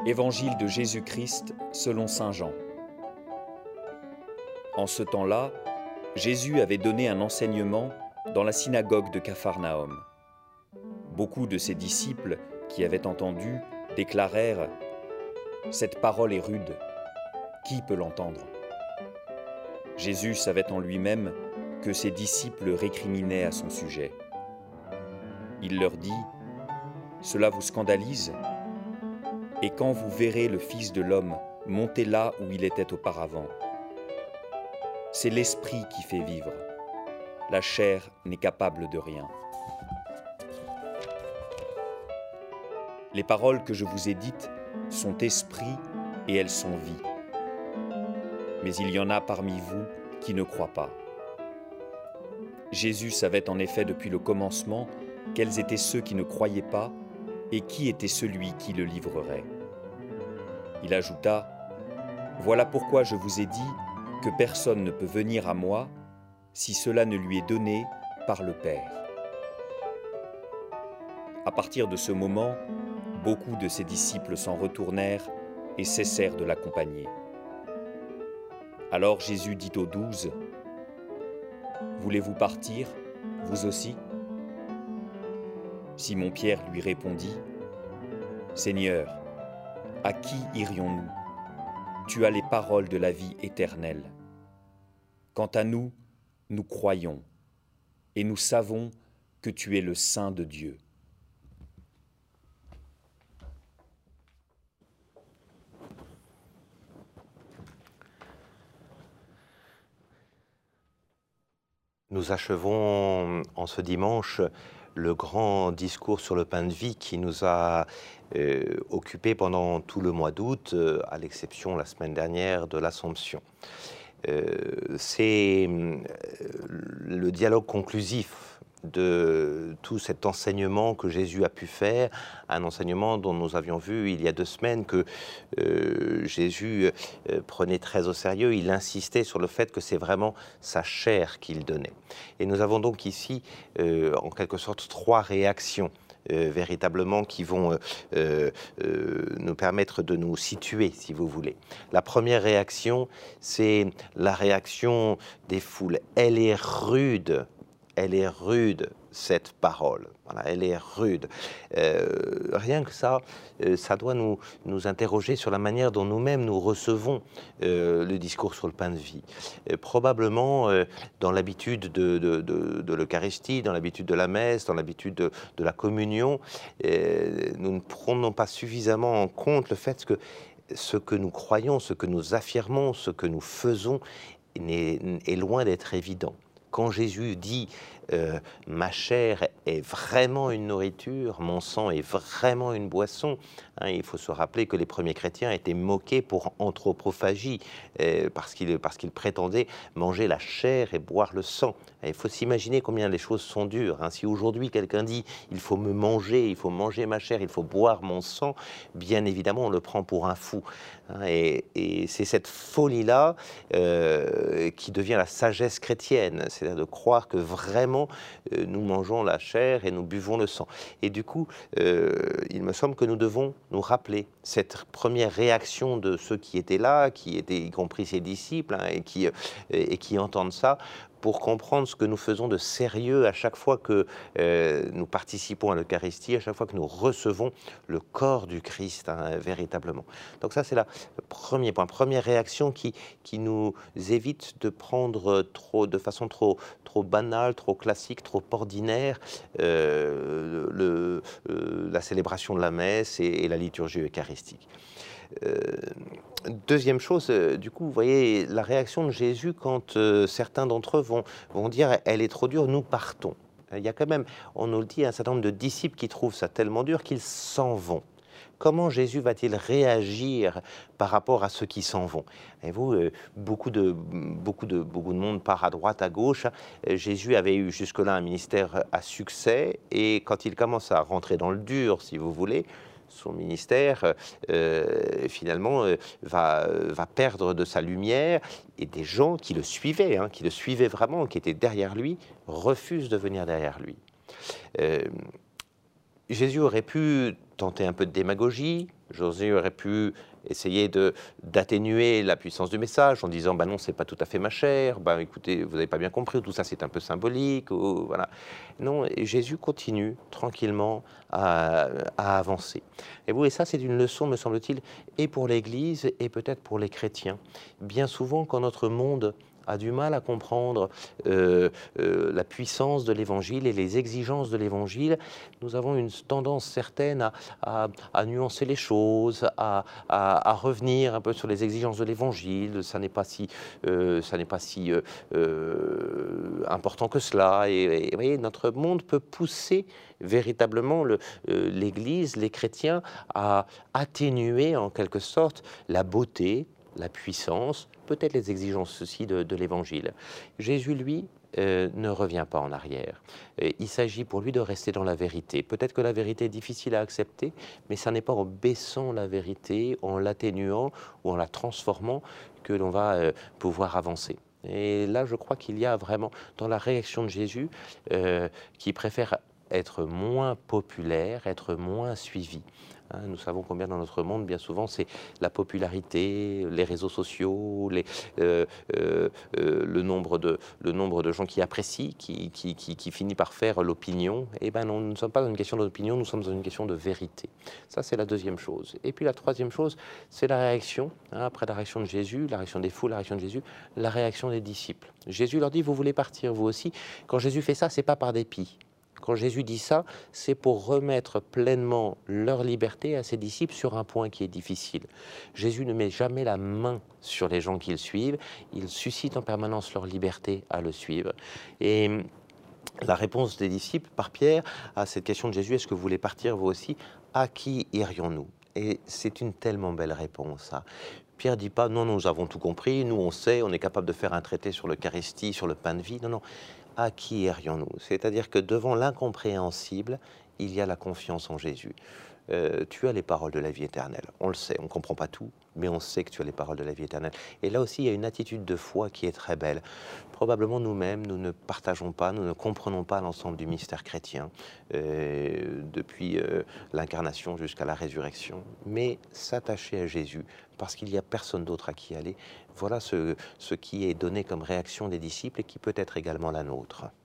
Évangile de Jésus-Christ selon saint Jean. En ce temps-là, Jésus avait donné un enseignement dans la synagogue de Capharnaüm. Beaucoup de ses disciples qui avaient entendu déclarèrent « Cette parole est rude, qui peut l'entendre ?» Jésus savait en lui-même que ses disciples récriminaient à son sujet. Il leur dit « Cela vous scandalise ? Et quand vous verrez le Fils de l'homme monter là où il était auparavant, c'est l'esprit qui fait vivre. La chair n'est capable de rien. Les paroles que je vous ai dites sont esprit et elles sont vie. Mais il y en a parmi vous qui ne croient pas. Jésus savait en effet depuis le commencement quels étaient ceux qui ne croyaient pas et qui était celui qui le livrerait. Il ajouta « Voilà pourquoi je vous ai dit que personne ne peut venir à moi si cela ne lui est donné par le Père. » À partir de ce moment, beaucoup de ses disciples s'en retournèrent et cessèrent de l'accompagner. Alors Jésus dit aux 12 « Voulez-vous partir, vous aussi ?» Simon-Pierre lui répondit « Seigneur, à qui irions-nous? Tu as les paroles de la vie éternelle. Quant à nous, nous croyons, et nous savons que tu es le Saint de Dieu. » Nous achevons en ce dimanche le grand discours sur le pain de vie qui nous a occupés pendant tout le mois d'août, à l'exception la semaine dernière de l'Assomption. C'est le dialogue conclusif de tout cet enseignement que Jésus a pu faire, un enseignement dont nous avions vu il y a 2 semaines que Jésus prenait très au sérieux. Il insistait sur le fait que c'est vraiment sa chair qu'il donnait. Et nous avons donc ici, en quelque sorte, 3 réactions véritablement qui vont nous permettre de nous situer, si vous voulez. La première réaction, c'est la réaction des foules. Elle est rude, cette parole. Voilà, elle est rude. Rien que ça, ça doit nous interroger sur la manière dont nous-mêmes nous recevons le discours sur le pain de vie. Probablement, dans l'habitude de l'Eucharistie, dans l'habitude de la messe, dans l'habitude de la communion, nous ne prenons pas suffisamment en compte le fait que ce que nous croyons, ce que nous affirmons, ce que nous faisons est loin d'être évident. Quand Jésus dit ma chair est vraiment une nourriture, mon sang est vraiment une boisson, hein, il faut se rappeler que les premiers chrétiens étaient moqués pour anthropophagie, parce qu'ils prétendaient manger la chair et boire le sang. Et il faut s'imaginer combien les choses sont dures. Hein. Si aujourd'hui quelqu'un dit il faut me manger, il faut manger ma chair, il faut boire mon sang, bien évidemment on le prend pour un fou. Hein, et c'est cette folie-là qui devient la sagesse chrétienne, c'est-à-dire de croire que vraiment nous mangeons la chair et nous buvons le sang. Et du coup, il me semble que nous devons nous rappeler cette première réaction de ceux qui étaient là, qui étaient y compris ses disciples, hein, et qui entendent ça, pour comprendre ce que nous faisons de sérieux à chaque fois que nous participons à l'Eucharistie, à chaque fois que nous recevons le corps du Christ, hein, véritablement. Donc ça, c'est le premier point, première réaction qui nous évite de prendre de façon trop banale, trop classique, trop ordinaire la célébration de la messe et la liturgie eucharistique. Deuxième chose, du coup, vous voyez la réaction de Jésus quand certains d'entre eux vont dire « elle est trop dure, nous partons ». Il y a quand même, on nous le dit, un certain nombre de disciples qui trouvent ça tellement dur qu'ils s'en vont. Comment Jésus va-t-il réagir par rapport à ceux qui s'en vont? Et vous, beaucoup de monde part à droite, à gauche. Jésus avait eu jusque-là un ministère à succès, et quand il commence à rentrer dans le dur, si vous voulez, son ministère, finalement, va perdre de sa lumière, et des gens qui le suivaient, hein, qui le suivaient vraiment, qui étaient derrière lui, refusent de venir derrière lui. Jésus aurait pu tenter un peu de démagogie, Jésus aurait pu essayer d'atténuer la puissance du message en disant bah non, c'est pas tout à fait ma chair, bah écoutez, vous n'avez pas bien compris, tout ça c'est un peu symbolique, ou, voilà. Non, et Jésus continue tranquillement à avancer. Et vous, et ça c'est une leçon, me semble-t-il, et pour l'Église et peut-être pour les chrétiens. Bien souvent, quand notre monde a du mal à comprendre la puissance de l'Évangile et les exigences de l'Évangile, nous avons une tendance certaine à nuancer les choses, à revenir un peu sur les exigences de l'Évangile. Ça n'est pas si, important que cela. Et vous voyez, notre monde peut pousser véritablement l'Église, les chrétiens, à atténuer en quelque sorte la beauté, la puissance, peut-être les exigences aussi de l'Évangile. Jésus, lui, ne revient pas en arrière. Il s'agit pour lui de rester dans la vérité. Peut-être que la vérité est difficile à accepter, mais ça n'est pas en baissant la vérité, en l'atténuant ou en la transformant que l'on va pouvoir avancer. Et là, je crois qu'il y a vraiment, dans la réaction de Jésus, qui préfère être moins populaire, être moins suivi. Nous savons combien dans notre monde, bien souvent, c'est la popularité, les réseaux sociaux, le nombre de gens qui apprécient, qui finit par faire l'opinion. Eh bien non, nous ne sommes pas dans une question d'opinion, nous sommes dans une question de vérité. Ça, c'est la deuxième chose. Et puis la troisième chose, c'est la réaction. Après la réaction de Jésus, la réaction des foules, la réaction de Jésus, la réaction des disciples. Jésus leur dit, vous voulez partir, vous aussi. Quand Jésus fait ça, c'est pas par dépit. Quand Jésus dit ça, c'est pour remettre pleinement leur liberté à ses disciples sur un point qui est difficile. Jésus ne met jamais la main sur les gens qui le suivent, il suscite en permanence leur liberté à le suivre. Et la réponse des disciples par Pierre à cette question de Jésus, est-ce que vous voulez partir vous aussi? À qui irions-nous? Et c'est une tellement belle réponse, ça. Pierre dit pas, non, nous avons tout compris, nous on sait, on est capable de faire un traité sur l'Eucharistie, sur le pain de vie. Non, non, à qui irions-nous? C'est-à-dire que devant l'incompréhensible, il y a la confiance en Jésus. Tu as les paroles de la vie éternelle. On le sait, on ne comprend pas tout, mais on sait que tu as les paroles de la vie éternelle. Et là aussi, il y a une attitude de foi qui est très belle. Probablement nous-mêmes, nous ne partageons pas, nous ne comprenons pas l'ensemble du mystère chrétien, depuis l'incarnation jusqu'à la résurrection, mais s'attacher à Jésus, parce qu'il n'y a personne d'autre à qui aller, voilà ce qui est donné comme réaction des disciples et qui peut être également la nôtre.